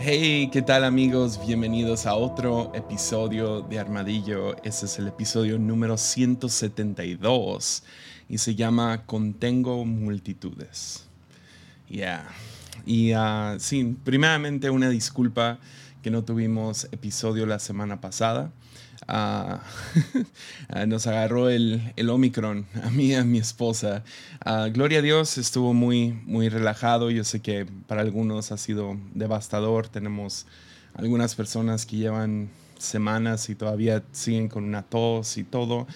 Hey, ¿qué tal amigos? Bienvenidos a otro episodio de Armadillo. Este es el episodio número 172 y se llama Contengo Multitudes. Yeah. Sí, primeramente una disculpa que no tuvimos episodio la semana pasada. Ah, Nos agarró el Omicron, a mí y a mi esposa. Gloria a Dios, estuvo muy relajado. Yo sé que para algunos ha sido devastador. Tenemos algunas personas que llevan semanas y todavía siguen con una tos y todo.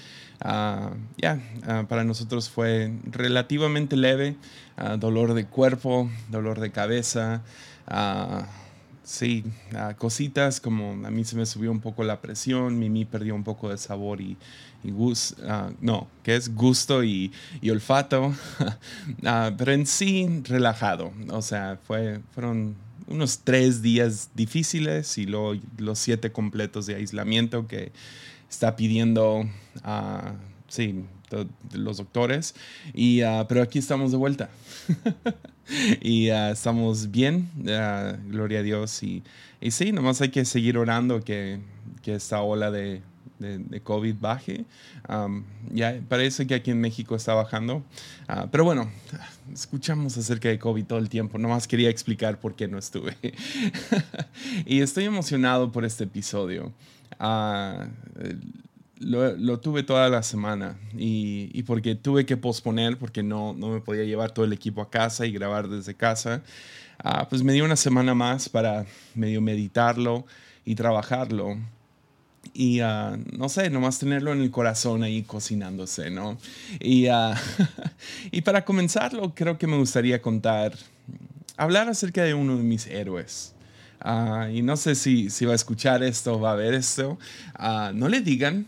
Para nosotros fue relativamente leve. Dolor de cuerpo, dolor de cabeza. ah, Sí, cositas como a mí se me subió un poco la presión, Mimi perdió un poco de sabor y gusto, no, que es gusto y olfato, pero en sí relajado, o sea, fueron unos 3 días difíciles y luego los 7 completos de aislamiento que está pidiendo, sí, los doctores, pero aquí estamos de vuelta. Estamos bien, gloria a Dios. Y sí, nomás hay que seguir orando que esta ola de COVID baje. Ya parece que aquí en México está bajando. Pero bueno, escuchamos acerca de COVID todo el tiempo. Nomás quería explicar por qué no estuve. Y estoy emocionado por este episodio. Ah, lo tuve toda la semana y porque tuve que posponer porque no me podía llevar todo el equipo a casa y grabar desde casa, pues me dio una semana más para medio meditarlo y trabajarlo. No sé, nomás tenerlo en el corazón ahí cocinándose, ¿no? Y para comenzarlo, creo que me gustaría hablar acerca de uno de mis héroes. Y no sé si va a escuchar esto o va a ver esto. No le digan.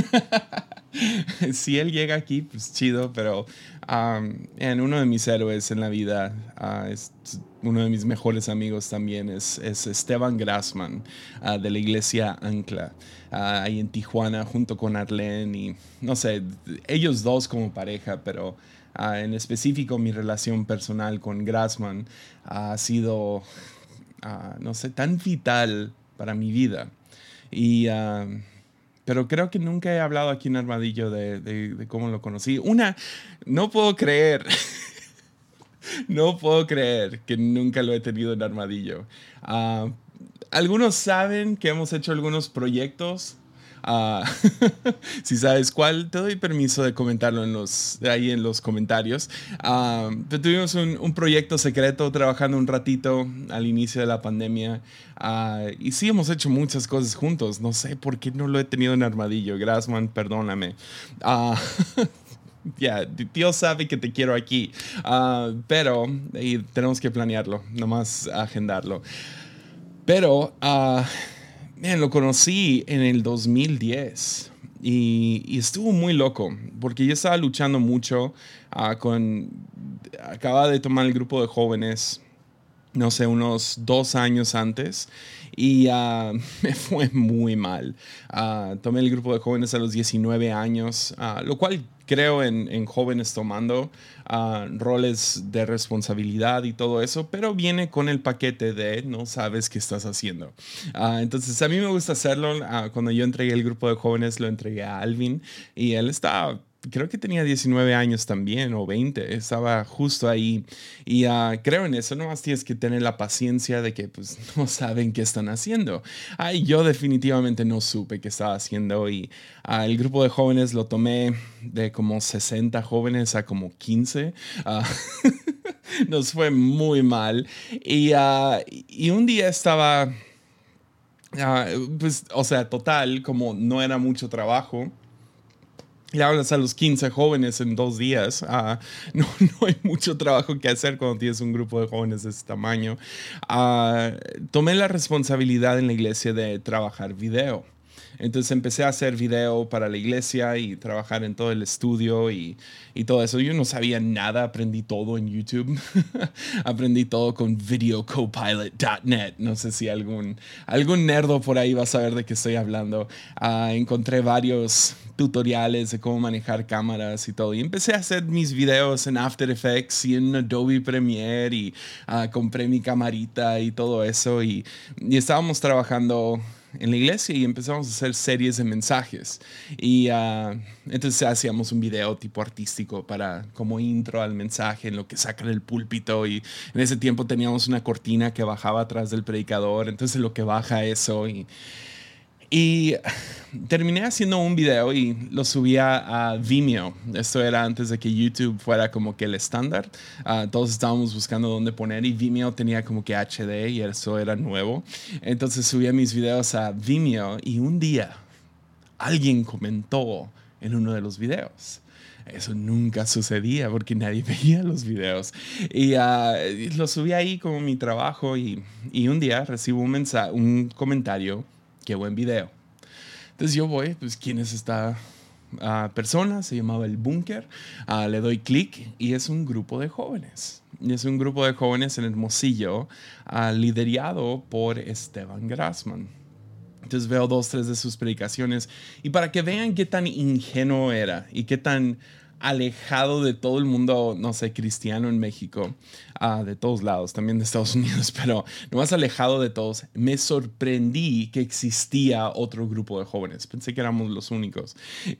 Si él llega aquí, pues chido, pero en uno de mis héroes en la vida, es uno de mis mejores amigos también, es Esteban Grassman, de la iglesia Ancla, ahí en Tijuana, junto con Arlene y no sé, ellos dos como pareja, pero en específico mi relación personal con Grassman ha sido, no sé, tan vital para mi vida. Y... pero creo que nunca he hablado aquí en Armadillo de cómo lo conocí. No puedo creer, no puedo creer que nunca lo he tenido en Armadillo. Ah, Algunos saben que hemos hecho algunos proyectos. Ah, si sabes cuál, te doy permiso de comentarlo ahí en los comentarios. Pero tuvimos un proyecto secreto trabajando un ratito al inicio de la pandemia. Y sí hemos hecho muchas cosas juntos. No sé por qué no lo he tenido en Armadillo. Grassman, perdóname. Ah, Dios sabe que te quiero aquí. Pero tenemos que planearlo, nomás agendarlo. Pero lo conocí en el 2010 y estuvo muy loco porque yo estaba luchando mucho acababa de tomar el grupo de jóvenes, no sé, unos 2 años antes y me fue muy mal. Tomé el grupo de jóvenes a los 19 años, lo cual creo en jóvenes tomando roles de responsabilidad y todo eso, pero viene con el paquete de no sabes qué estás haciendo. Entonces a mí me gusta hacerlo. Cuando yo entregué el grupo de jóvenes lo entregué a Alvin y él estaba... Creo que tenía 19 años también o 20, estaba justo ahí. Creo en eso, nomás tienes que tener la paciencia de que pues no saben qué están haciendo. Yo definitivamente no supe qué estaba haciendo y el grupo de jóvenes lo tomé de como 60 jóvenes a como 15. Ah, Nos fue muy mal y un día estaba, pues, o sea, total, como no era mucho trabajo. Le hablas a los 15 jóvenes en 2 días. No, no hay mucho trabajo que hacer cuando tienes un grupo de jóvenes de ese tamaño. Tomé la responsabilidad en la iglesia de trabajar video. Entonces empecé a hacer video para la iglesia y trabajar en todo el estudio y todo eso. Yo no sabía nada, aprendí todo en YouTube. Aprendí todo con videocopilot.net. No sé si algún nerdo por ahí va a saber de qué estoy hablando. Encontré varios tutoriales de cómo manejar cámaras y todo. Y empecé a hacer mis videos en After Effects y en Adobe Premiere y compré mi camarita y todo eso. Y estábamos trabajando en la iglesia y empezamos a hacer series de mensajes. Y entonces hacíamos un video tipo artístico para como intro al mensaje en lo que saca el púlpito. Y en ese tiempo teníamos una cortina que bajaba atrás del predicador. Entonces lo que baja eso y terminé haciendo un video y lo subía a Vimeo. Esto era antes de que YouTube fuera como que el estándar. Todos estábamos buscando dónde poner y Vimeo tenía como que HD y eso era nuevo. Entonces subía mis videos a Vimeo y un día alguien comentó en uno de los videos. Eso nunca sucedía porque nadie veía los videos. Y lo subí ahí como mi trabajo y un día recibo un comentario. Qué buen video. Entonces yo voy, pues, ¿quién es esta persona? Se llamaba El Búnker. Le doy clic y es un grupo de jóvenes. Y es un grupo de jóvenes en Hermosillo, liderado por Esteban Grassman. Entonces veo 2, 3 de sus predicaciones y para que vean qué tan ingenuo era y qué tan alejado de todo el mundo, no sé, cristiano en México, de todos lados, también de Estados Unidos, pero no más alejado de todos, me sorprendí que existía otro grupo de jóvenes. Pensé que éramos los únicos.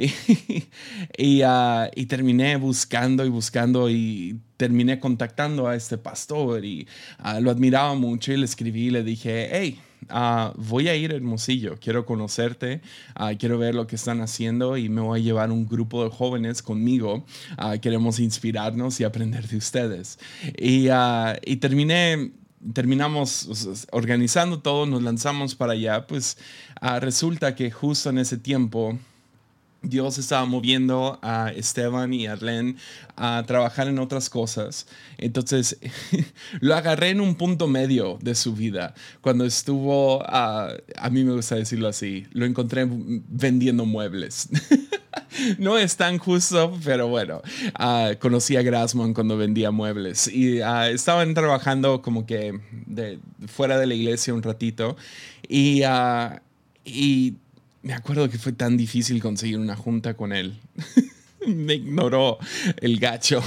Y terminé buscando y buscando y terminé contactando a este pastor y lo admiraba mucho y le escribí y le dije, hey, voy a ir a Hermosillo, quiero conocerte, quiero ver lo que están haciendo y me voy a llevar un grupo de jóvenes conmigo. Queremos inspirarnos y aprender de ustedes. Y terminamos organizando todo, nos lanzamos para allá. Pues resulta que justo en ese tiempo Dios estaba moviendo a Esteban y a Arlen a trabajar en otras cosas. Entonces, lo agarré en un punto medio de su vida. Cuando estuvo, a mí me gusta decirlo así, lo encontré vendiendo muebles. No es tan justo, pero bueno, conocí a Grassman cuando vendía muebles y estaban trabajando como que fuera de la iglesia un ratito y me acuerdo que fue tan difícil conseguir una junta con él. Me ignoró el gacho.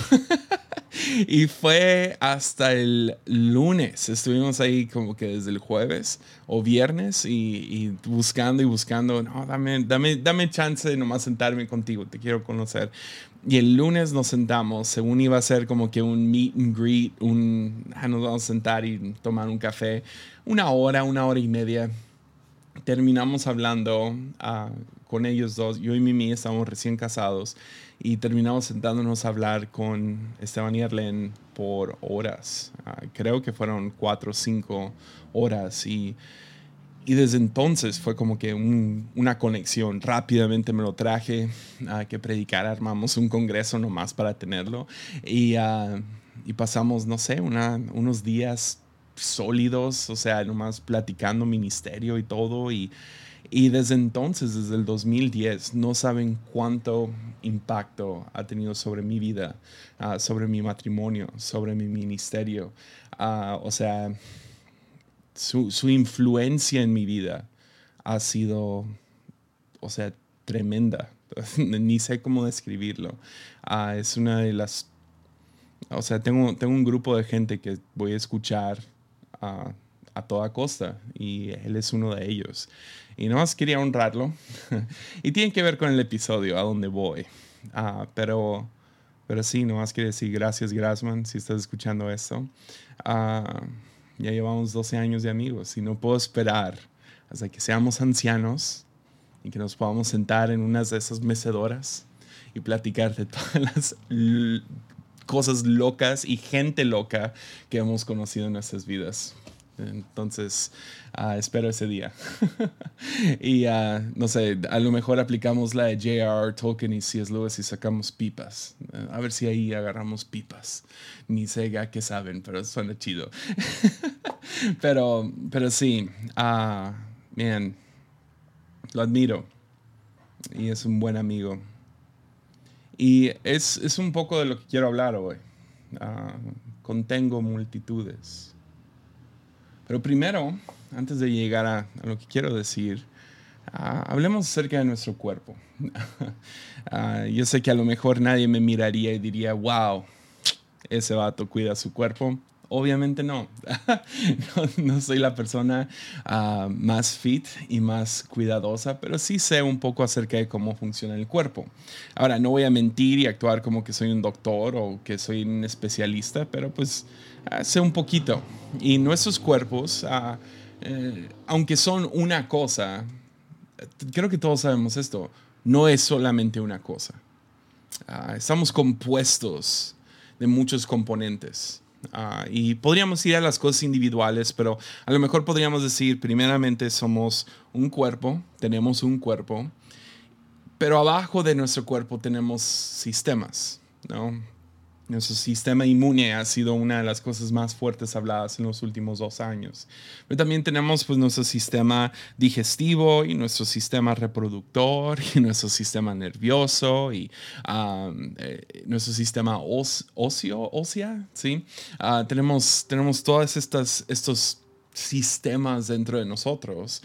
Y fue hasta el lunes. Estuvimos ahí como que desde el jueves o viernes y buscando y buscando. No, dame chance de nomás sentarme contigo. Te quiero conocer. Y el lunes nos sentamos. Según iba a ser como que un meet and greet. Nos vamos a sentar y tomar un café. Una hora y media. Terminamos hablando con ellos dos. Yo y Mimi estábamos recién casados y terminamos sentándonos a hablar con Esteban y Arlen por horas. Creo que fueron 4 o 5 horas y desde entonces fue como que una conexión. Rápidamente me lo traje a que predicar. Armamos un congreso nomás para tenerlo y pasamos, no sé, unos días sólidos, o sea, nomás platicando ministerio y todo. Y desde entonces, desde el 2010, no saben cuánto impacto ha tenido sobre mi vida, sobre mi matrimonio, sobre mi ministerio. O sea, su influencia en mi vida ha sido, o sea, tremenda. Ni sé cómo describirlo. Es una de las... O sea, tengo un grupo de gente que voy a escuchar a toda costa y él es uno de ellos. Y nomás quería honrarlo. Y tiene que ver con el episodio, a dónde voy. Pero sí, nomás quería decir gracias, Grassman, si estás escuchando esto. Ya llevamos 12 años de amigos y no puedo esperar hasta que seamos ancianos y que nos podamos sentar en unas de esas mecedoras y platicar de todas las cosas locas y gente loca que hemos conocido en nuestras vidas. Entonces, espero ese día. Y no sé, a lo mejor aplicamos la de J.R.R. Tolkien y C.S. Lewis y sacamos pipas. A ver si ahí agarramos pipas. Ni sé qué saben, pero suena chido. pero sí, man, Lo admiro y es un buen amigo. Y es un poco de lo que quiero hablar hoy. Ah, contengo multitudes. Pero primero, antes de llegar a lo que quiero decir, hablemos acerca de nuestro cuerpo. Yo sé que a lo mejor nadie me miraría y diría, wow, ese vato cuida su cuerpo. Obviamente no. No soy la persona más fit y más cuidadosa, pero sí sé un poco acerca de cómo funciona el cuerpo. Ahora, no voy a mentir y actuar como que soy un doctor o que soy un especialista, pero pues sé un poquito. Y nuestros cuerpos, aunque son una cosa, creo que todos sabemos esto, no es solamente una cosa. Estamos compuestos de muchos componentes. Y podríamos ir a las cosas individuales, pero a lo mejor podríamos decir, primeramente somos un cuerpo, tenemos un cuerpo, pero abajo de nuestro cuerpo tenemos sistemas, ¿no? Nuestro sistema inmune ha sido una de las cosas más fuertes habladas en los últimos 2 años. Pero también tenemos pues, nuestro sistema digestivo y nuestro sistema reproductor y nuestro sistema nervioso y nuestro sistema ósea, ¿sí? Tenemos todos estos sistemas dentro de nosotros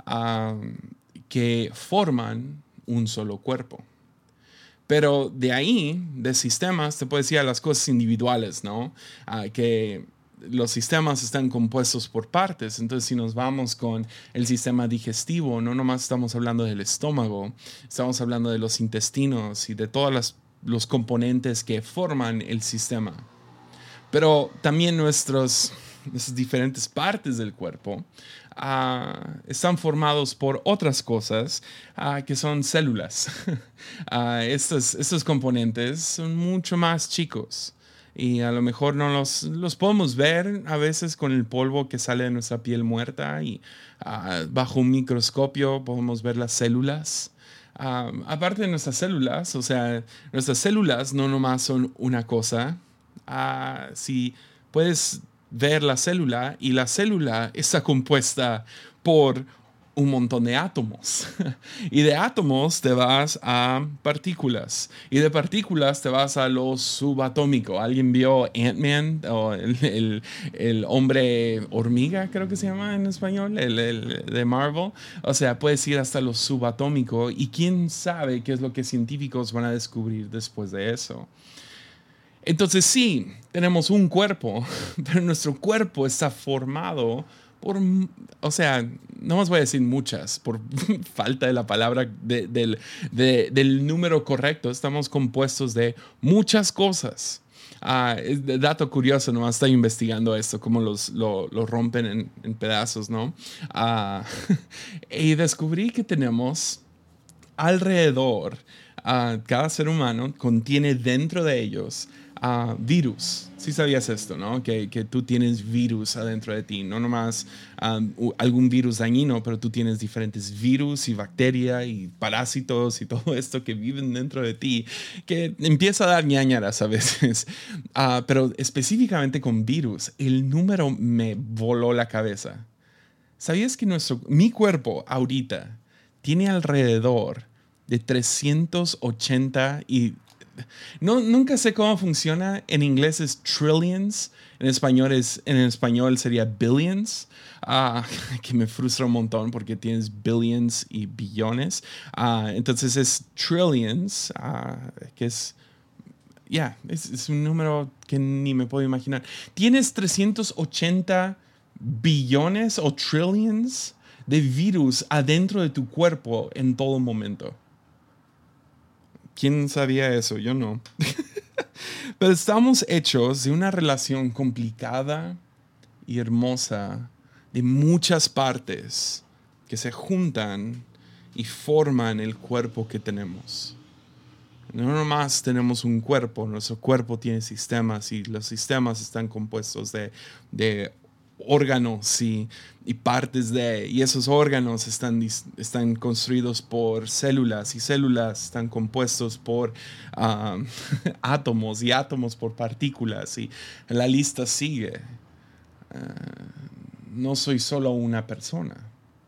que forman un solo cuerpo. Pero de ahí, de sistemas, te puedes ir a las cosas individuales, ¿no? Que los sistemas están compuestos por partes. Entonces, si nos vamos con el sistema digestivo, no nomás estamos hablando del estómago, estamos hablando de los intestinos y de todos los componentes que forman el sistema. Pero también nuestras diferentes partes del cuerpo están formados por otras cosas que son células. Estos componentes son mucho más chicos y a lo mejor no los podemos ver a veces con el polvo que sale de nuestra piel muerta y bajo un microscopio podemos ver las células. Aparte de nuestras células, o sea, nuestras células no nomás son una cosa. Si puedes ver la célula y la célula está compuesta por un montón de átomos. Y de átomos te vas a partículas. Y de partículas te vas a lo subatómico. ¿Alguien vio Ant-Man o el hombre hormiga, creo que se llama en español? El de Marvel. O sea, puedes ir hasta lo subatómico y quién sabe qué es lo que científicos van a descubrir después de eso. Entonces sí, tenemos un cuerpo, pero nuestro cuerpo está formado por, o sea, no más voy a decir muchas, por falta de la palabra del número correcto, estamos compuestos de muchas cosas. Dato curioso, nomás estoy investigando esto, cómo lo rompen en pedazos, ¿no? Y descubrí que tenemos alrededor, cada ser humano contiene dentro de ellos virus. Sí sabías esto, ¿no? Que tú tienes virus adentro de ti, no nomás algún virus dañino, pero tú tienes diferentes virus y bacterias y parásitos y todo esto que viven dentro de ti, que empieza a dar ñáñaras a veces. Pero específicamente con virus, el número me voló la cabeza. ¿Sabías que mi cuerpo ahorita tiene alrededor de 380 y no, nunca sé cómo funciona. En inglés es trillions, en español sería billions, que me frustra un montón porque tienes billions y billones. Entonces es trillions, que es, es un número que ni me puedo imaginar. Tienes 380 billones o trillions de virus adentro de tu cuerpo en todo momento. ¿Quién sabía eso? Yo no. Pero estamos hechos de una relación complicada y hermosa de muchas partes que se juntan y forman el cuerpo que tenemos. No nomás tenemos un cuerpo, nuestro cuerpo tiene sistemas y los sistemas están compuestos de órganos y partes y esos órganos están construidos por células y células están compuestos por átomos y átomos por partículas y la lista sigue. No soy solo una persona.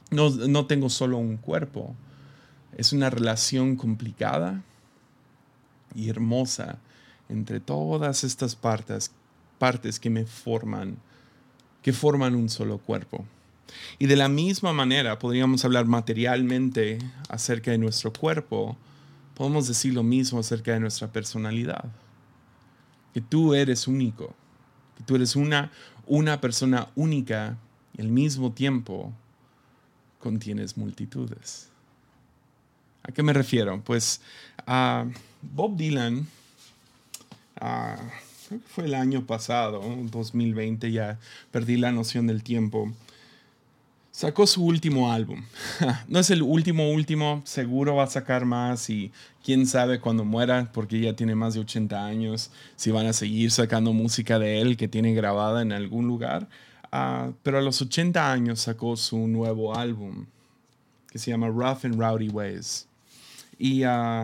No tengo solo un cuerpo. Es una relación complicada y hermosa entre todas estas partes que forman un solo cuerpo. Y de la misma manera podríamos hablar materialmente acerca de nuestro cuerpo, podemos decir lo mismo acerca de nuestra personalidad. Que tú eres único, que tú eres una persona única y al mismo tiempo contienes multitudes. ¿A qué me refiero? Pues Bob Dylan, creo que fue el año pasado, 2020, ya perdí la noción del tiempo, sacó su último álbum. No es el último, seguro va a sacar más y quién sabe cuando muera, porque ya tiene más de 80 años, si van a seguir sacando música de él que tiene grabada en algún lugar. Pero a los 80 años sacó su nuevo álbum, que se llama Rough and Rowdy Ways. Y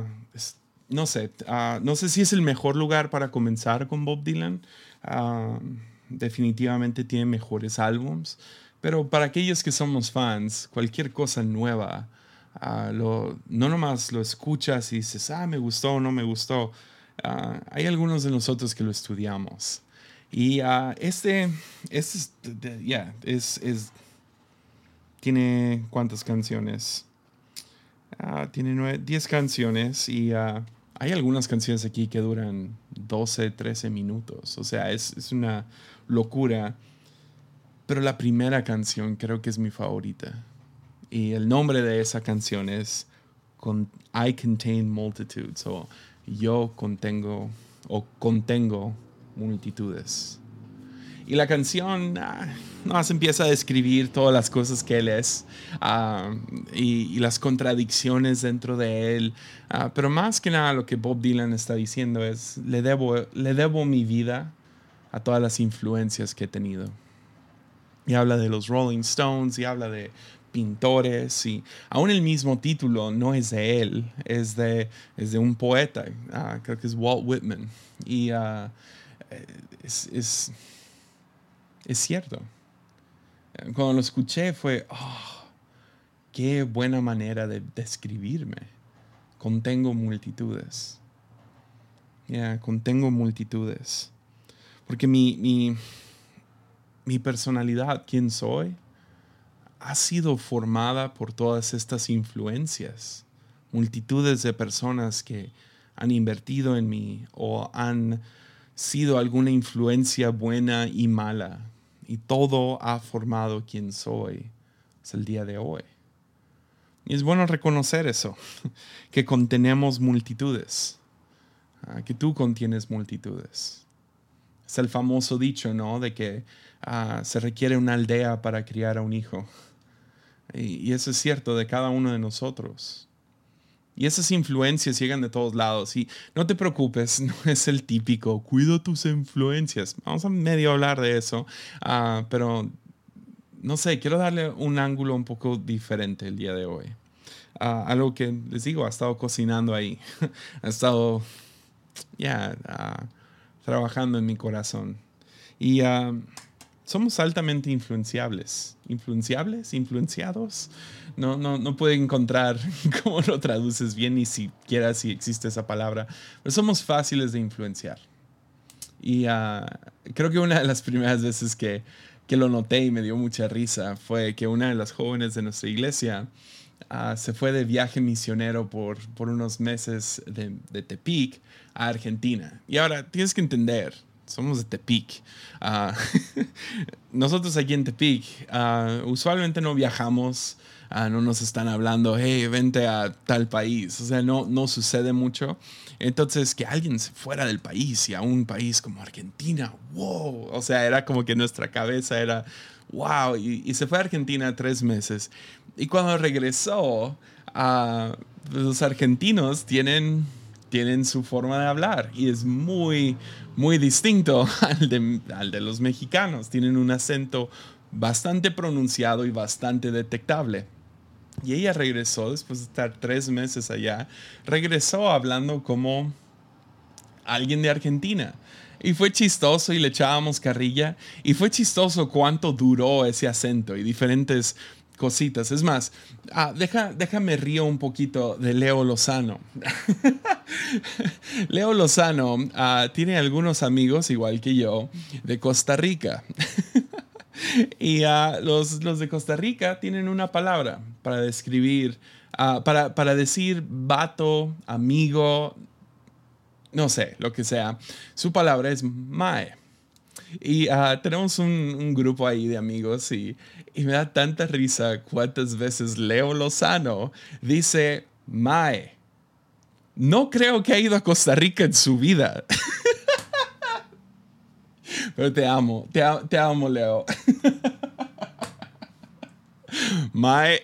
no sé si es el mejor lugar para comenzar con Bob Dylan. Definitivamente tiene mejores álbums. Pero para aquellos que somos fans, cualquier cosa nueva, no nomás lo escuchas y dices, me gustó o no me gustó. Hay algunos de nosotros que lo estudiamos. Y tiene ¿cuántas canciones? Tiene 10 canciones y hay algunas canciones aquí que duran 12, 13 minutos. O sea, es una locura. Pero la primera canción creo que es mi favorita. Y el nombre de esa canción es I Contain Multitudes. O yo contengo multitudes. Y la canción nos empieza a describir todas las cosas que él es y las contradicciones dentro de él. Pero más que nada lo que Bob Dylan está diciendo es, le debo mi vida a todas las influencias que he tenido. Y habla de los Rolling Stones y habla de pintores y aún el mismo título no es de él, es de un poeta, creo que es Walt Whitman. Y es cierto. Cuando lo escuché fue, qué buena manera de describirme. Contengo multitudes. Contengo multitudes. Porque mi personalidad, quién soy, ha sido formada por todas estas influencias. Multitudes de personas que han invertido en mí o han sido alguna influencia buena y mala. Y todo ha formado quién soy hasta el día de hoy. Y es bueno reconocer eso, que contenemos multitudes, que tú contienes multitudes. Es el famoso dicho, ¿no? De que se requiere una aldea para criar a un hijo. Y eso es cierto de cada uno de nosotros. Y esas influencias llegan de todos lados. Y no te preocupes, no es el típico, cuida tus influencias. Vamos a medio hablar de eso. Pero, no sé, quiero darle un ángulo un poco diferente el día de hoy. Algo que, les digo, ha estado cocinando ahí. Ha estado, trabajando en mi corazón. Y somos altamente influenciables. ¿Influenciables? ¿Influenciados? No puedo encontrar cómo lo traduces bien, ni siquiera si existe esa palabra. Pero somos fáciles de influenciar. Y creo que una de las primeras veces que lo noté y me dio mucha risa fue que una de las jóvenes de nuestra iglesia se fue de viaje misionero por unos meses de Tepic a Argentina. Y ahora tienes que entender, somos de Tepic. Nosotros aquí en Tepic usualmente no viajamos, no nos están hablando, hey, vente a tal país. O sea, no sucede mucho. Entonces, que alguien se fuera del país y a un país como Argentina, wow. O sea, era como que nuestra cabeza era, wow. Y se fue a Argentina 3 meses. Y cuando regresó, los argentinos tienen su forma de hablar y es muy, muy distinto al de los mexicanos. Tienen un acento bastante pronunciado y bastante detectable. Y ella regresó, después de estar 3 meses allá, regresó hablando como alguien de Argentina. Y fue chistoso y le echábamos carrilla. Y fue chistoso cuánto duró ese acento y diferentes cositas. Es más, déjame río un poquito de Leo Lozano. Leo Lozano tiene algunos amigos, igual que yo, de Costa Rica. Y los de Costa Rica tienen una palabra para describir, para decir vato, amigo, no sé, lo que sea. Su palabra es mae. Y tenemos un grupo ahí de amigos y me da tanta risa cuántas veces Leo Lozano dice mae. No creo que ha ido a Costa Rica en su vida. Pero te amo, Leo. Mae.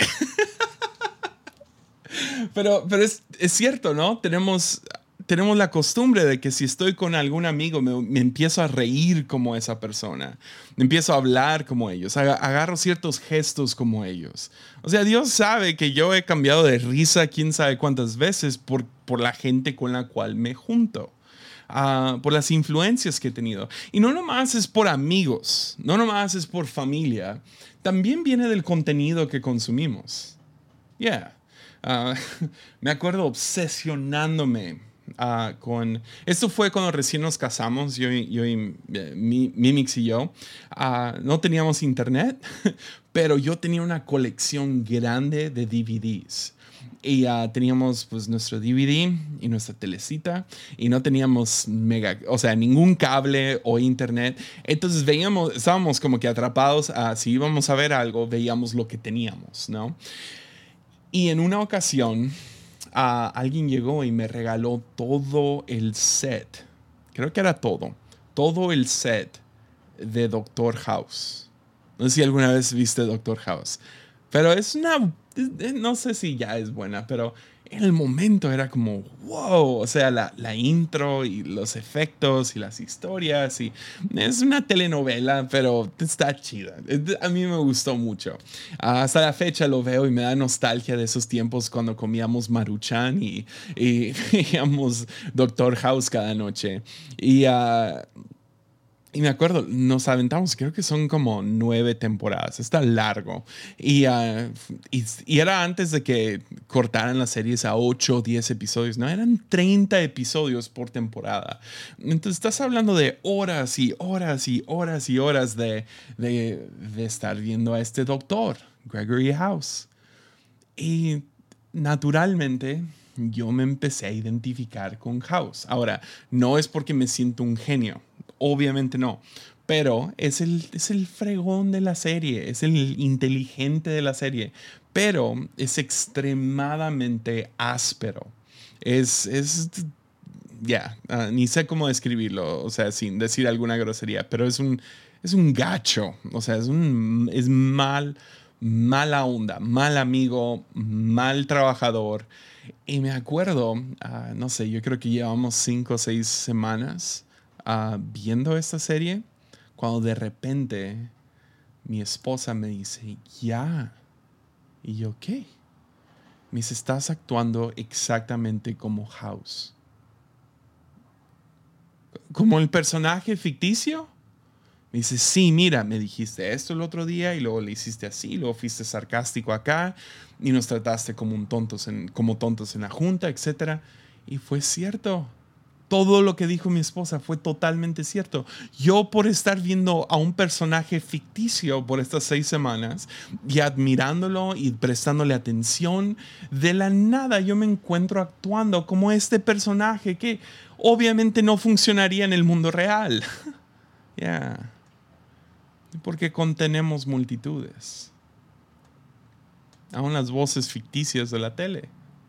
Pero es cierto, ¿no? Tenemos la costumbre de que si estoy con algún amigo me empiezo a reír como esa persona, me empiezo a hablar como ellos, agarro ciertos gestos como ellos. O sea, Dios sabe que yo he cambiado de risa quién sabe cuántas veces por la gente con la cual me junto. Por las influencias que he tenido. Y no nomás es por amigos, no nomás es por familia, también viene del contenido que consumimos. Yeah. Ah, Me acuerdo obsesionándome con... Esto fue cuando recién nos casamos, Mimix y yo. No teníamos internet, pero yo tenía una colección grande de DVDs. Y teníamos pues nuestro DVD y nuestra telecita y no teníamos o sea, ningún cable o internet. Entonces estábamos como que atrapados si íbamos a ver algo, veíamos lo que teníamos, ¿no? Y en una ocasión, alguien llegó y me regaló todo el set. Creo que era todo el set de Doctor House. No sé si alguna vez viste Doctor House. Pero no sé si ya es buena, pero en el momento era como, wow, o sea, la intro y los efectos y las historias. Y es una telenovela, pero está chida. A mí me gustó mucho. Hasta la fecha lo veo y me da nostalgia de esos tiempos cuando comíamos Maruchan y veíamos Doctor House cada noche. Y me acuerdo, nos aventamos, creo que son como 9 temporadas, está largo. Y era antes de que cortaran las series a 8 o 10 episodios, ¿no? Eran 30 episodios por temporada. Entonces estás hablando de horas y horas y horas y horas de estar viendo a este doctor, Gregory House. Y naturalmente yo me empecé a identificar con House. Ahora, no es porque me siento un genio, obviamente no, pero es el fregón de la serie, es el inteligente de la serie, pero es extremadamente áspero. Ni sé cómo describirlo, o sea, sin decir alguna grosería, pero es un gacho, o sea, es mala onda, mal amigo, mal trabajador. Y me acuerdo, no sé, yo creo que llevamos 5 o 6 semanas viendo esta serie, cuando de repente mi esposa me dice, ya. Y yo, ¿qué? Me dice, estás actuando exactamente como House. ¿Como el personaje ficticio? Me dice, sí, mira, me dijiste esto el otro día y luego le hiciste así, luego fuiste sarcástico acá y nos trataste como tontos en la junta, etcétera. Y fue cierto. Todo lo que dijo mi esposa fue totalmente cierto. Yo por estar viendo a un personaje ficticio por estas 6 semanas y admirándolo y prestándole atención, de la nada yo me encuentro actuando como este personaje que obviamente no funcionaría en el mundo real. Ya. Porque contenemos multitudes. Aún las voces ficticias de la tele.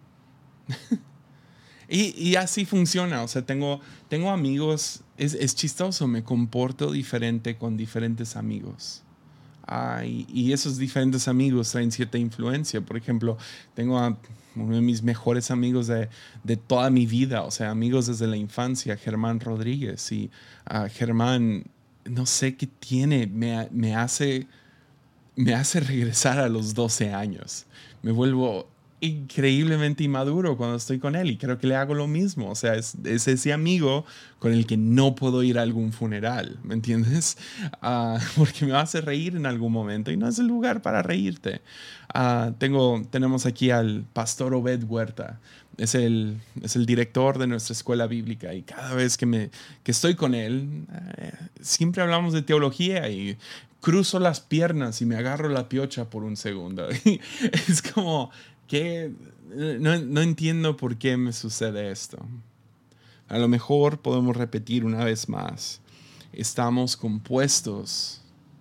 Y así funciona. O sea, tengo amigos. Es chistoso. Me comporto diferente con diferentes amigos. Y esos diferentes amigos traen cierta influencia. Por ejemplo, tengo a uno de mis mejores amigos de toda mi vida. O sea, amigos desde la infancia, Germán Rodríguez. Y Germán, no sé qué tiene. Me hace regresar a los 12 años. Me vuelvo increíblemente inmaduro cuando estoy con él y creo que le hago lo mismo. O sea, es ese amigo con el que no puedo ir a algún funeral, ¿me entiendes? Porque me hace reír en algún momento y no es el lugar para reírte. Tenemos aquí al pastor Obed Huerta. Es el director de nuestra escuela bíblica y cada vez que estoy con él, siempre hablamos de teología y cruzo las piernas y me agarro la piocha por un segundo. Es como que no entiendo por qué me sucede esto. A lo mejor podemos repetir una vez más. Estamos compuestos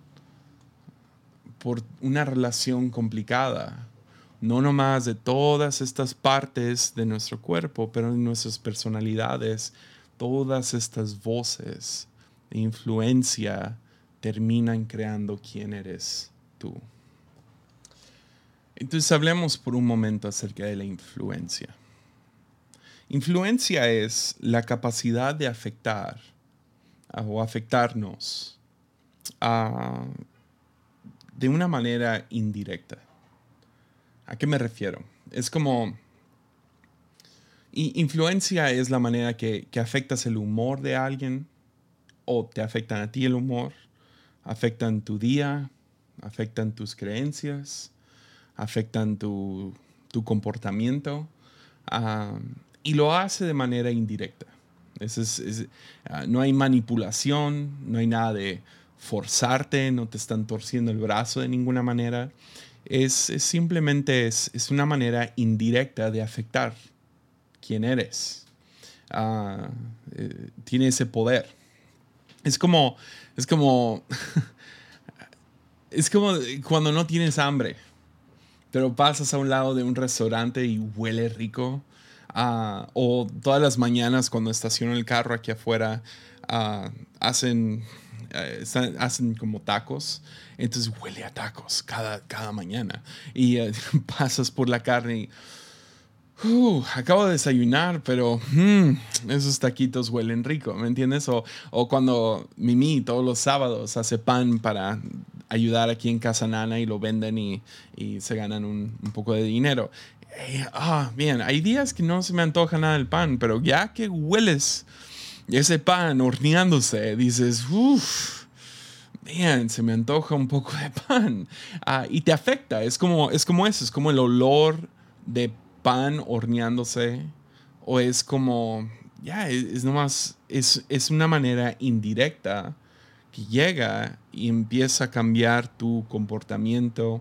por una relación complicada, no nomás de todas estas partes de nuestro cuerpo, pero en nuestras personalidades, todas estas voces de influencia terminan creando quién eres tú. Entonces hablemos por un momento acerca de la influencia. Influencia es la capacidad de afectar o afectarnos de una manera indirecta. ¿A qué me refiero? Es como... influencia es la manera que afectas el humor de alguien o te afectan a ti el humor, afectan tu día, afectan tus creencias, afectan tu comportamiento y lo hace de manera indirecta. No hay manipulación, no hay nada de forzarte, no te están torciendo el brazo de ninguna manera. Simplemente es una manera indirecta de afectar quién eres. Tiene ese poder. Es como es como cuando no tienes hambre, pero pasas a un lado de un restaurante y huele rico. O todas las mañanas cuando estaciono el carro aquí afuera, hacen como tacos. Entonces huele a tacos cada mañana. Y pasas por la carne y... acabo de desayunar, pero esos taquitos huelen rico, ¿me entiendes? O cuando Mimi todos los sábados hace pan para ayudar aquí en Casa Nana y lo venden y se ganan un poco de dinero. Bien, hay días que no se me antoja nada el pan, pero ya que hueles ese pan horneándose, dices, bien, se me antoja un poco de pan. Y te afecta, es como eso, es como el olor de pan horneándose, o es como, es nomás, es una manera indirecta que llega y empieza a cambiar tu comportamiento,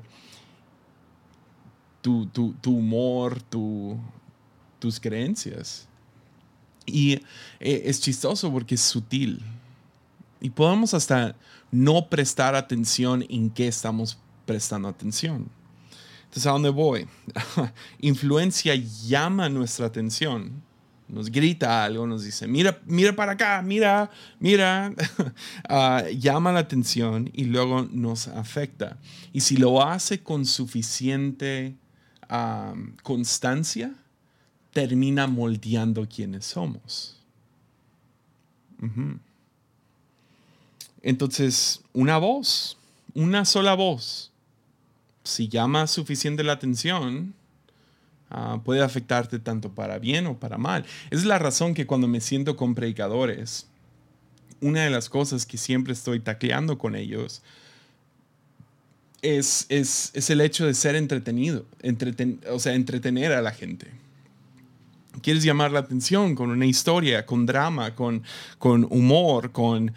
tu humor, tus creencias. Y es chistoso porque es sutil. Y podemos hasta no prestar atención en qué estamos prestando atención. Entonces, ¿a dónde voy? Influencia llama nuestra atención, nos grita algo, nos dice, mira, mira para acá, mira, mira. Llama la atención y luego nos afecta. Y si lo hace con suficiente constancia, termina moldeando quienes somos. Entonces, una sola voz, si llama suficiente la atención, puede afectarte tanto para bien o para mal. Esa es la razón que cuando me siento con predicadores, una de las cosas que siempre estoy tacleando con ellos es el hecho de ser entretenido, o sea, entretener a la gente. Quieres llamar la atención con una historia, con drama, con humor, con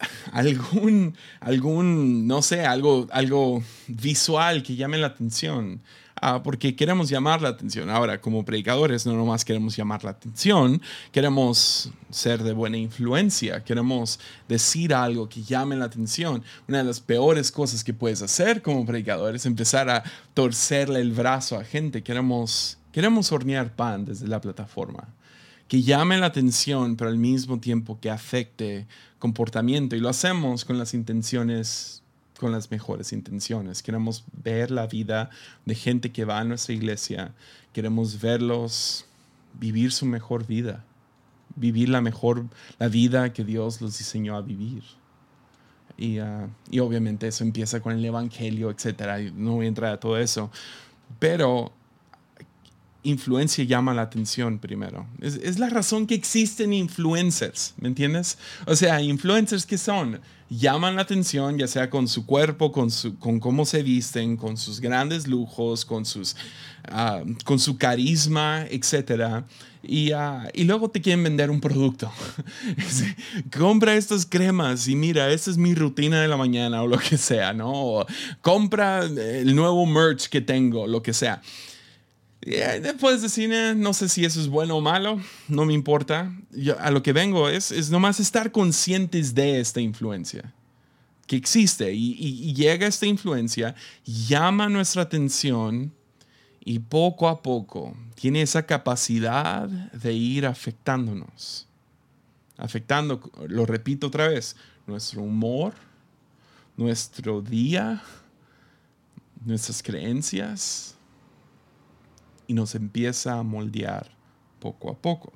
no sé, algo visual que llame la atención. Porque queremos llamar la atención. Ahora, como predicadores, no nomás queremos llamar la atención, queremos ser de buena influencia, queremos decir algo que llame la atención. Una de las peores cosas que puedes hacer como predicador es empezar a torcerle el brazo a gente. Queremos hornear pan desde la plataforma, que llame la atención, pero al mismo tiempo que afecte comportamiento. Y lo hacemos con las intenciones, con las mejores intenciones. Queremos ver la vida de gente que va a nuestra iglesia. Queremos verlos vivir su mejor vida. Vivir la vida que Dios los diseñó a vivir. Y obviamente eso empieza con el evangelio, etc. No voy a entrar a todo eso. Pero influencia llama la atención primero. Es la razón que existen influencers, ¿me entiendes? O sea, influencers que son, llaman la atención, ya sea con su cuerpo, con cómo se visten, con sus grandes lujos, con su carisma, etcétera. Y luego te quieren vender un producto. Compra estas cremas y mira, esta es mi rutina de la mañana o lo que sea, ¿no? O compra el nuevo merch que tengo, lo que sea. Después decir, no sé si eso es bueno o malo, no me importa. A lo que vengo es nomás estar conscientes de esta influencia que existe y llega esta influencia, llama nuestra atención y poco a poco tiene esa capacidad de ir afectándonos. Afectando, lo repito otra vez, nuestro humor, nuestro día, nuestras creencias, y nos empieza a moldear poco a poco.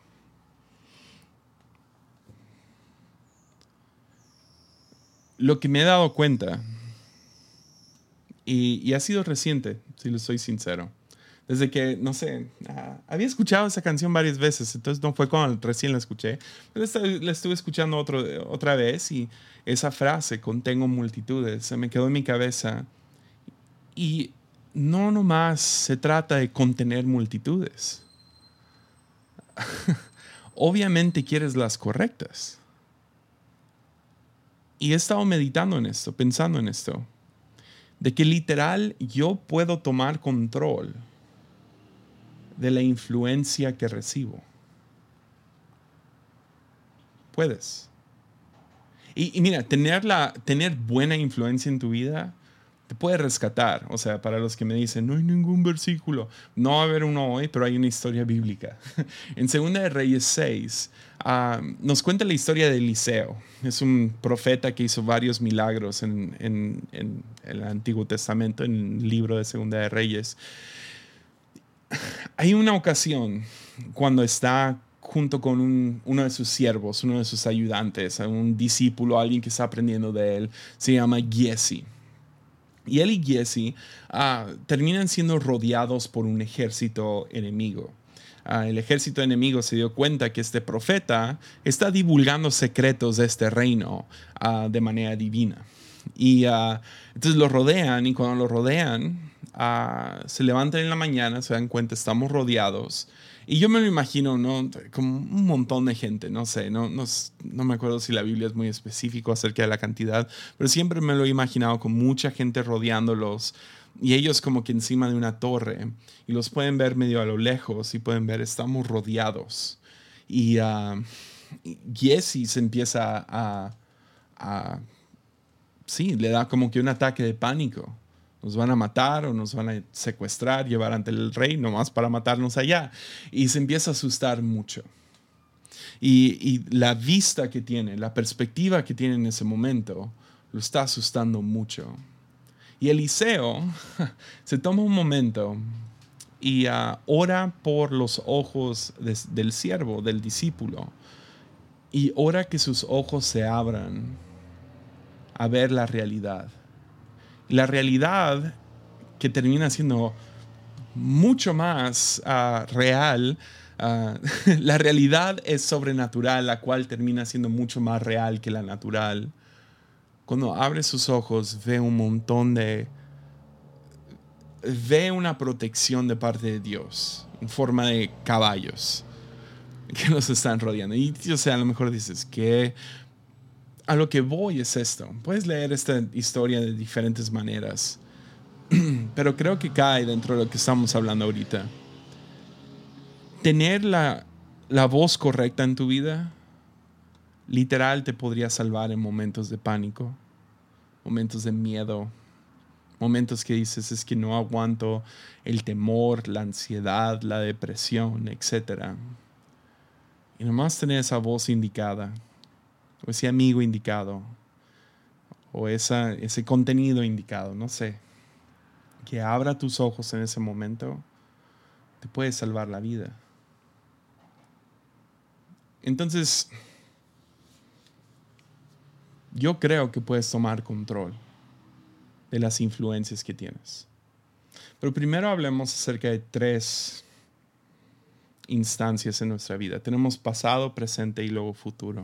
Lo que me he dado cuenta, y ha sido reciente, si lo soy sincero, desde que, no sé, había escuchado esa canción varias veces, entonces no fue cuando recién la escuché, pero la estuve escuchando otra vez y esa frase, contengo multitudes, se me quedó en mi cabeza. Y no nomás se trata de contener multitudes. Obviamente quieres las correctas. Y he estado meditando en esto, pensando en esto, de que literal yo puedo tomar control de la influencia que recibo. Puedes. Y mira, tener buena influencia en tu vida te puede rescatar. O sea, para los que me dicen, no hay ningún versículo. No va a haber uno hoy, pero hay una historia bíblica. En 2 de Reyes 6, nos cuenta la historia de Eliseo. Es un profeta que hizo varios milagros en el Antiguo Testamento, en el libro de 2 de Reyes. Hay una ocasión cuando está junto con uno de sus siervos, uno de sus ayudantes, un discípulo, alguien que está aprendiendo de él, se llama Giesi. Y él y Giesi terminan siendo rodeados por un ejército enemigo. El ejército enemigo se dio cuenta que este profeta está divulgando secretos de este reino de manera divina. Y entonces lo rodean, y cuando lo rodean, se levantan en la mañana, se dan cuenta, estamos rodeados. Y yo me lo imagino, ¿no? Como un montón de gente, no sé, no me acuerdo si la Biblia es muy específico acerca de la cantidad, pero siempre me lo he imaginado con mucha gente rodeándolos y ellos como que encima de una torre y los pueden ver medio a lo lejos y pueden ver, estamos rodeados. Y Giesi se empieza sí, le da como que un ataque de pánico. Nos van a matar o nos van a secuestrar, llevar ante el rey nomás para matarnos allá. Y se empieza a asustar mucho. Y la vista que tiene, la perspectiva que tiene en ese momento, lo está asustando mucho. Y Eliseo se toma un momento y ora por los ojos del siervo, del discípulo. Y ora que sus ojos se abran a ver la realidad. La realidad que termina siendo mucho más real, la realidad es sobrenatural, la cual termina siendo mucho más real que la natural. Cuando abre sus ojos, ve ve una protección de parte de Dios en forma de caballos que nos están rodeando. Y o sea, a lo mejor dices que a lo que voy es esto. Puedes leer esta historia de diferentes maneras, pero creo que cae dentro de lo que estamos hablando ahorita. Tener la voz correcta en tu vida, literal, te podría salvar en momentos de pánico, momentos de miedo, momentos que dices, es que no aguanto el temor, la ansiedad, la depresión, etc. Y nomás tener esa voz indicada, o ese amigo indicado, o ese contenido indicado, no sé, que abra tus ojos en ese momento, te puede salvar la vida. Entonces, yo creo que puedes tomar control de las influencias que tienes. Pero primero hablemos acerca de tres instancias en nuestra vida. Tenemos pasado, presente y luego futuro.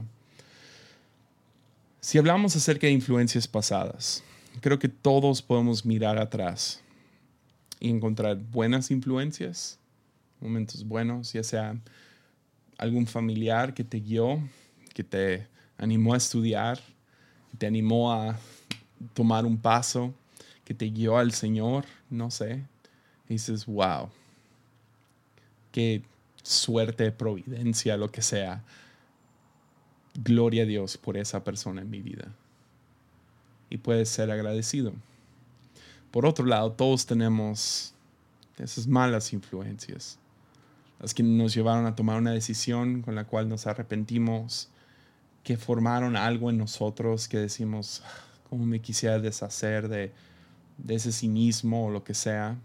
Si hablamos acerca de influencias pasadas, creo que todos podemos mirar atrás y encontrar buenas influencias, momentos buenos, ya sea algún familiar que te guió, que te animó a estudiar, que te animó a tomar un paso, que te guió al Señor, no sé. Y dices, wow, qué suerte, providencia, lo que sea. Gloria a Dios por esa persona en mi vida. Y puedes ser agradecido. Por otro lado, todos tenemos esas malas influencias, las que nos llevaron a tomar una decisión con la cual nos arrepentimos, que formaron algo en nosotros que decimos, cómo me quisiera deshacer de ese cinismo o lo que sea.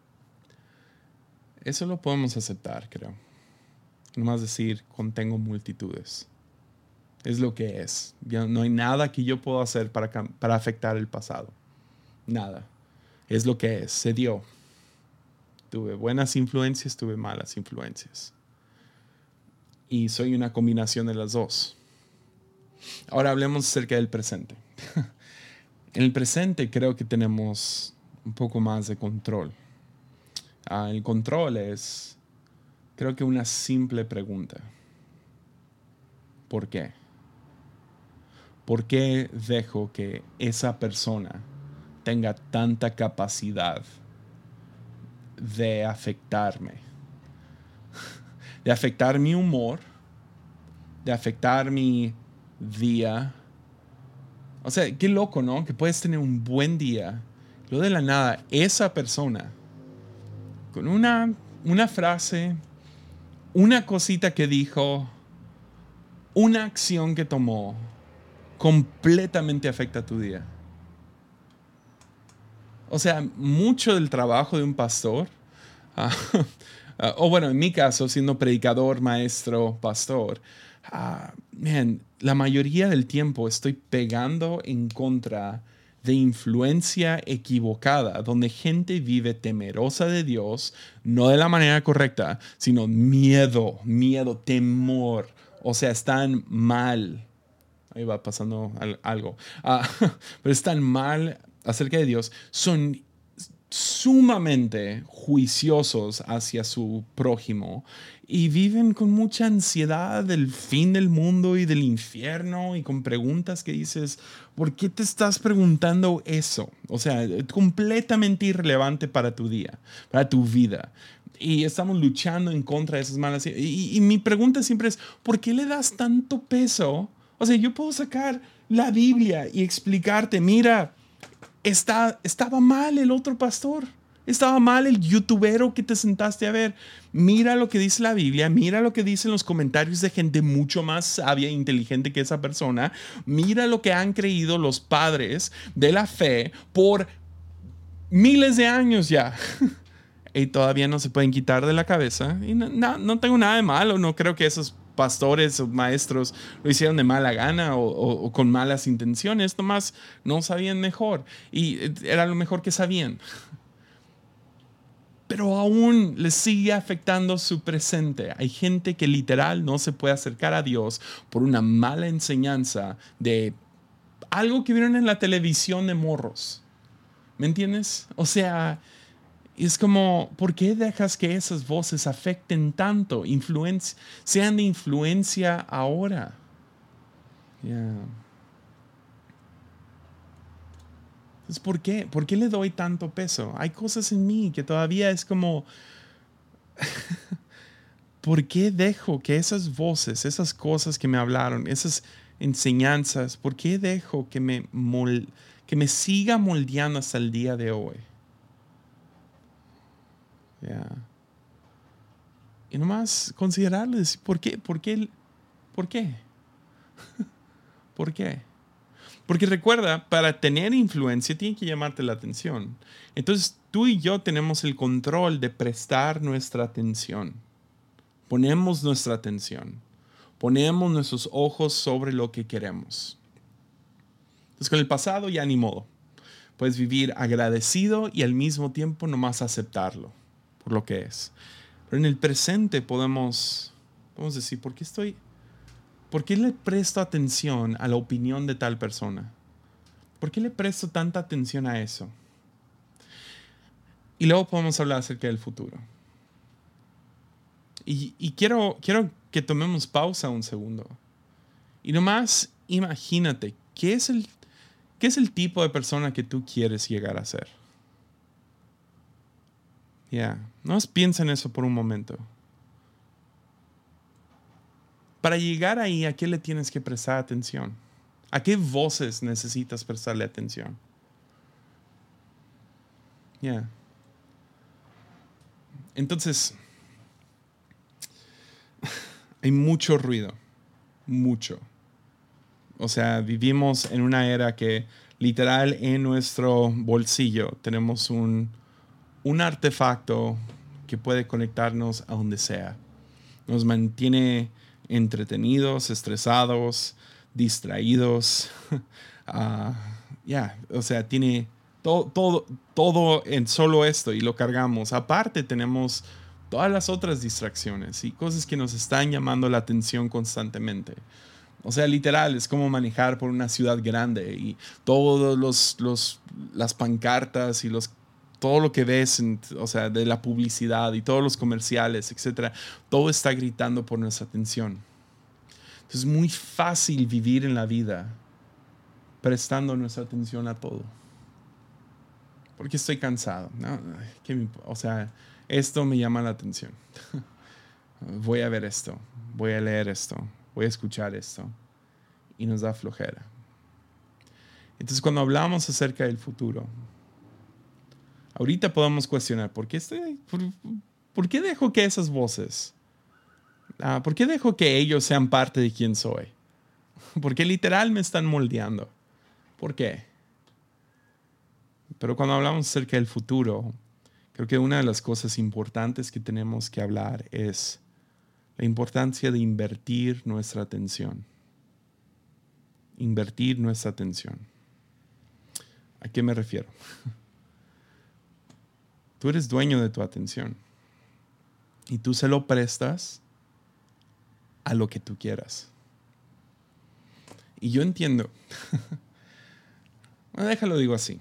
Eso lo podemos aceptar, creo. Nomás decir, contengo multitudes. Es lo que es. Ya no hay nada que yo pueda hacer para afectar el pasado. Nada. Es lo que es. Se dio. Tuve buenas influencias, tuve malas influencias. Y soy una combinación de las dos. Ahora hablemos acerca del presente. En el presente creo que tenemos un poco más de control. El control es, creo que una simple pregunta. ¿Por qué? ¿Por qué dejo que esa persona tenga tanta capacidad de afectarme? De afectar mi humor, de afectar mi día. O sea, qué loco, ¿no? Que puedes tener un buen día. Luego de la nada, esa persona, con una frase, una cosita que dijo, una acción que tomó, completamente afecta tu día. O sea, mucho del trabajo de un pastor, o bueno, en mi caso, siendo predicador, maestro, pastor, la mayoría del tiempo estoy pegando en contra de influencia equivocada, donde gente vive temerosa de Dios, no de la manera correcta, sino miedo, temor. O sea, están mal. Ahí va pasando algo. Pero están mal acerca de Dios. Son sumamente juiciosos hacia su prójimo y viven con mucha ansiedad del fin del mundo y del infierno y con preguntas que dices, ¿por qué te estás preguntando eso? O sea, completamente irrelevante para tu día, para tu vida. Y estamos luchando en contra de esas malas. Y mi pregunta siempre es, ¿por qué le das tanto peso? O sea, yo puedo sacar la Biblia y explicarte, mira, estaba mal el otro pastor. Estaba mal el youtubero que te sentaste a ver. Mira lo que dice la Biblia, mira lo que dicen los comentarios de gente mucho más sabia e inteligente que esa persona. Mira lo que han creído los padres de la fe por miles de años ya. Y todavía no se pueden quitar de la cabeza. Y no tengo nada de malo, no creo que esos pastores o maestros lo hicieron de mala gana o con malas intenciones, nomás no sabían mejor y era lo mejor que sabían. Pero aún les sigue afectando su presente. Hay gente que literal no se puede acercar a Dios por una mala enseñanza de algo que vieron en la televisión de morros. ¿Me entiendes? O sea, es como, ¿por qué dejas que esas voces afecten tanto? Sean de influencia ahora. Yeah. Entonces, ¿por qué? ¿Por qué le doy tanto peso? Hay cosas en mí que todavía es como, ¿por qué dejo que esas voces, esas cosas que me hablaron, esas enseñanzas, ¿por qué dejo que me siga moldeando hasta el día de hoy? Yeah. Y nomás considerarlo, decir, ¿por qué? ¿Por qué? ¿Por qué? ¿Por qué? Porque recuerda, para tener influencia tiene que llamarte la atención. Entonces tú y yo tenemos el control de prestar nuestra atención. Ponemos nuestra atención. Ponemos nuestros ojos sobre lo que queremos. Entonces con el pasado ya ni modo. Puedes vivir agradecido y al mismo tiempo nomás aceptarlo por lo que es. Pero en el presente podemos decir, ¿por qué le presto atención a la opinión de tal persona? ¿Por qué le presto tanta atención a eso? Y luego podemos hablar acerca del futuro. Y quiero que tomemos pausa un segundo. Y nomás imagínate, ¿qué es el tipo de persona que tú quieres llegar a ser? Nomás piensa en eso por un momento. Para llegar ahí, ¿a qué le tienes que prestar atención? ¿A qué voces necesitas prestarle atención? Entonces, hay mucho ruido. Mucho. O sea, vivimos en una era que literal en nuestro bolsillo tenemos un artefacto que puede conectarnos a donde sea. Nos mantiene entretenidos, estresados, distraídos. O sea, tiene todo en solo esto y lo cargamos. Aparte tenemos todas las otras distracciones y cosas que nos están llamando la atención constantemente. O sea, literal, es como manejar por una ciudad grande y todos las pancartas y todo lo que ves, o sea, de la publicidad y todos los comerciales, etcétera, todo está gritando por nuestra atención. Entonces es muy fácil vivir en la vida prestando nuestra atención a todo. Porque estoy cansado, ¿no? O sea, esto me llama la atención. Voy a ver esto, voy a leer esto, voy a escuchar esto. Y nos da flojera. Entonces, cuando hablamos acerca del futuro, ahorita podemos cuestionar, ¿por qué dejo que esas voces, por qué dejo que ellos sean parte de quién soy? Porque literal me están moldeando. ¿Por qué? Pero cuando hablamos acerca del futuro, creo que una de las cosas importantes que tenemos que hablar es la importancia de invertir nuestra atención. Invertir nuestra atención. ¿A qué me refiero? Tú eres dueño de tu atención y tú se lo prestas a lo que tú quieras. Y yo entiendo. Bueno, déjalo digo así.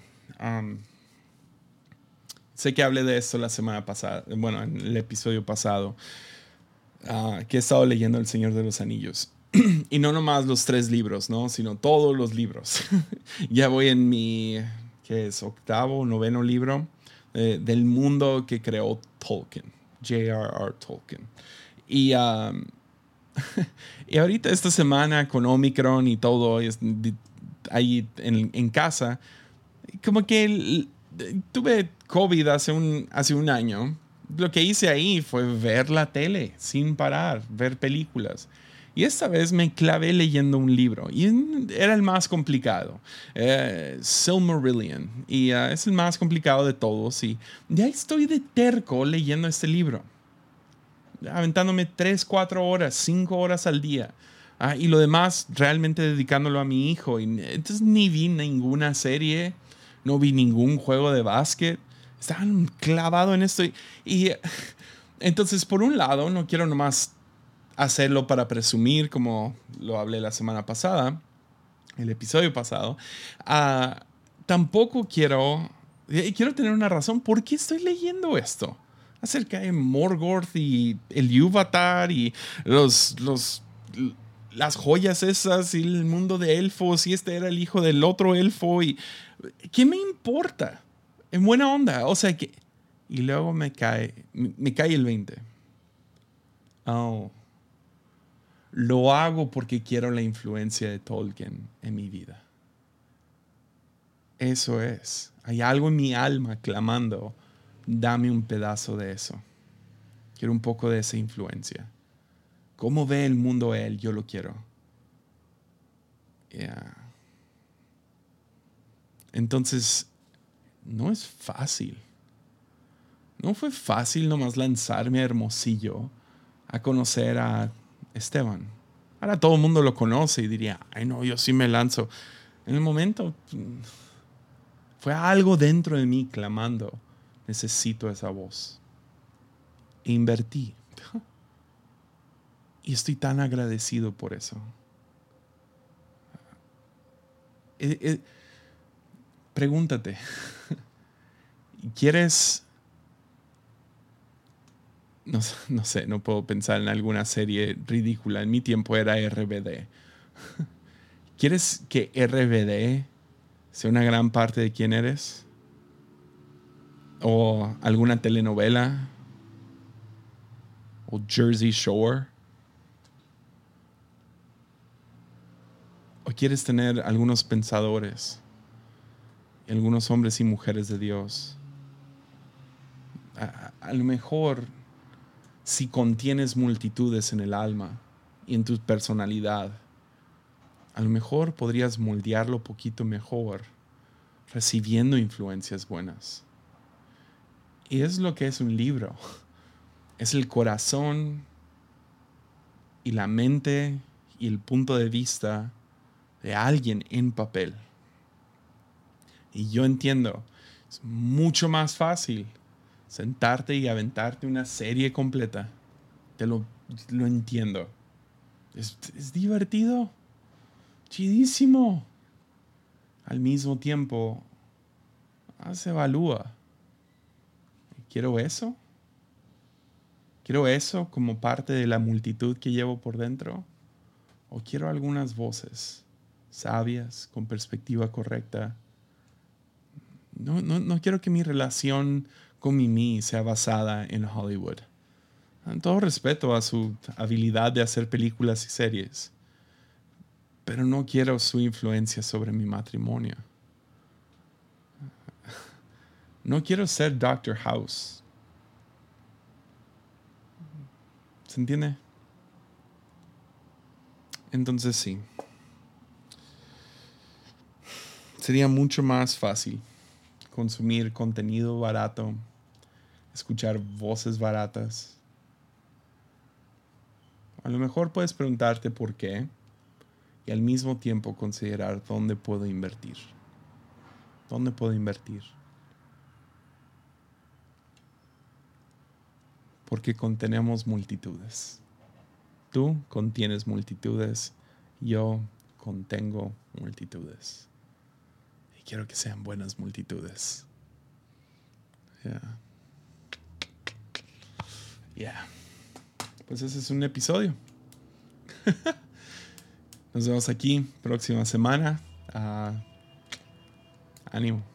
Sé que hablé de esto la semana pasada, bueno, en el episodio pasado, que he estado leyendo El Señor de los Anillos. Y no nomás los 3 libros, ¿no? Sino todos los libros. Ya voy en mi, ¿qué es? 8º o 9º libro del mundo que creó Tolkien. J.R.R. Tolkien. Y ahorita esta semana con Omicron y todo ahí en casa, como que tuve COVID hace un año. Lo que hice ahí fue ver la tele sin parar, ver películas. Y esta vez me clavé leyendo un libro. Y era el más complicado. Silmarillion. Y es el más complicado de todos. Y ya estoy de terco leyendo este libro. Aventándome 3, 4 horas, 5 horas al día. Y lo demás realmente dedicándolo a mi hijo. Y entonces ni vi ninguna serie. No vi ningún juego de básquet. Estaba clavado en esto. Y entonces, por un lado, no quiero nomás hacerlo para presumir, como lo hablé la semana pasada, el episodio pasado. Tampoco quiero tener una razón por qué estoy leyendo esto. Acerca de Morgoth y el Ilúvatar y las joyas esas y el mundo de elfos y este era el hijo del otro elfo y ¿qué me importa? En buena onda, o sea que y luego me cae el 20. Lo hago porque quiero la influencia de Tolkien en mi vida. Eso es. Hay algo en mi alma clamando, dame un pedazo de eso. Quiero un poco de esa influencia. ¿Cómo ve el mundo él? Yo lo quiero. Entonces, no es fácil. No fue fácil nomás lanzarme a Hermosillo a conocer a Esteban. Ahora todo el mundo lo conoce y diría, ay no, yo sí me lanzo. En el momento fue algo dentro de mí clamando, necesito esa voz. e invertí. Y estoy tan agradecido por eso. Pregúntate, ¿quieres? No sé, no puedo pensar en alguna serie ridícula. En mi tiempo era RBD. ¿Quieres que RBD sea una gran parte de quién eres? ¿O alguna telenovela? ¿O Jersey Shore? ¿O quieres tener algunos pensadores y algunos hombres y mujeres de Dios? A lo mejor, si contienes multitudes en el alma y en tu personalidad, a lo mejor podrías moldearlo un poquito mejor, recibiendo influencias buenas. Y es lo que es un libro. Es el corazón y la mente y el punto de vista de alguien en papel. Y yo entiendo, es mucho más fácil sentarte y aventarte una serie completa. Lo entiendo. Es divertido, chidísimo. Al mismo tiempo, se evalúa. ¿Quiero eso? ¿Quiero eso como parte de la multitud que llevo por dentro? ¿O quiero algunas voces sabias, con perspectiva correcta? No quiero que mi relación con Mimi sea basada en Hollywood. En todo respeto a su habilidad de hacer películas y series, pero no quiero su influencia sobre mi matrimonio. No quiero ser Doctor House. ¿Se entiende? Entonces sí. Sería mucho más fácil consumir contenido barato, escuchar voces baratas. A lo mejor puedes preguntarte por qué y al mismo tiempo considerar dónde puedo invertir. ¿Dónde puedo invertir? Porque contenemos multitudes. Tú contienes multitudes, yo contengo multitudes. Y quiero que sean buenas multitudes. Yeah. Pues ese es un episodio. Nos vemos aquí próxima semana. Ánimo.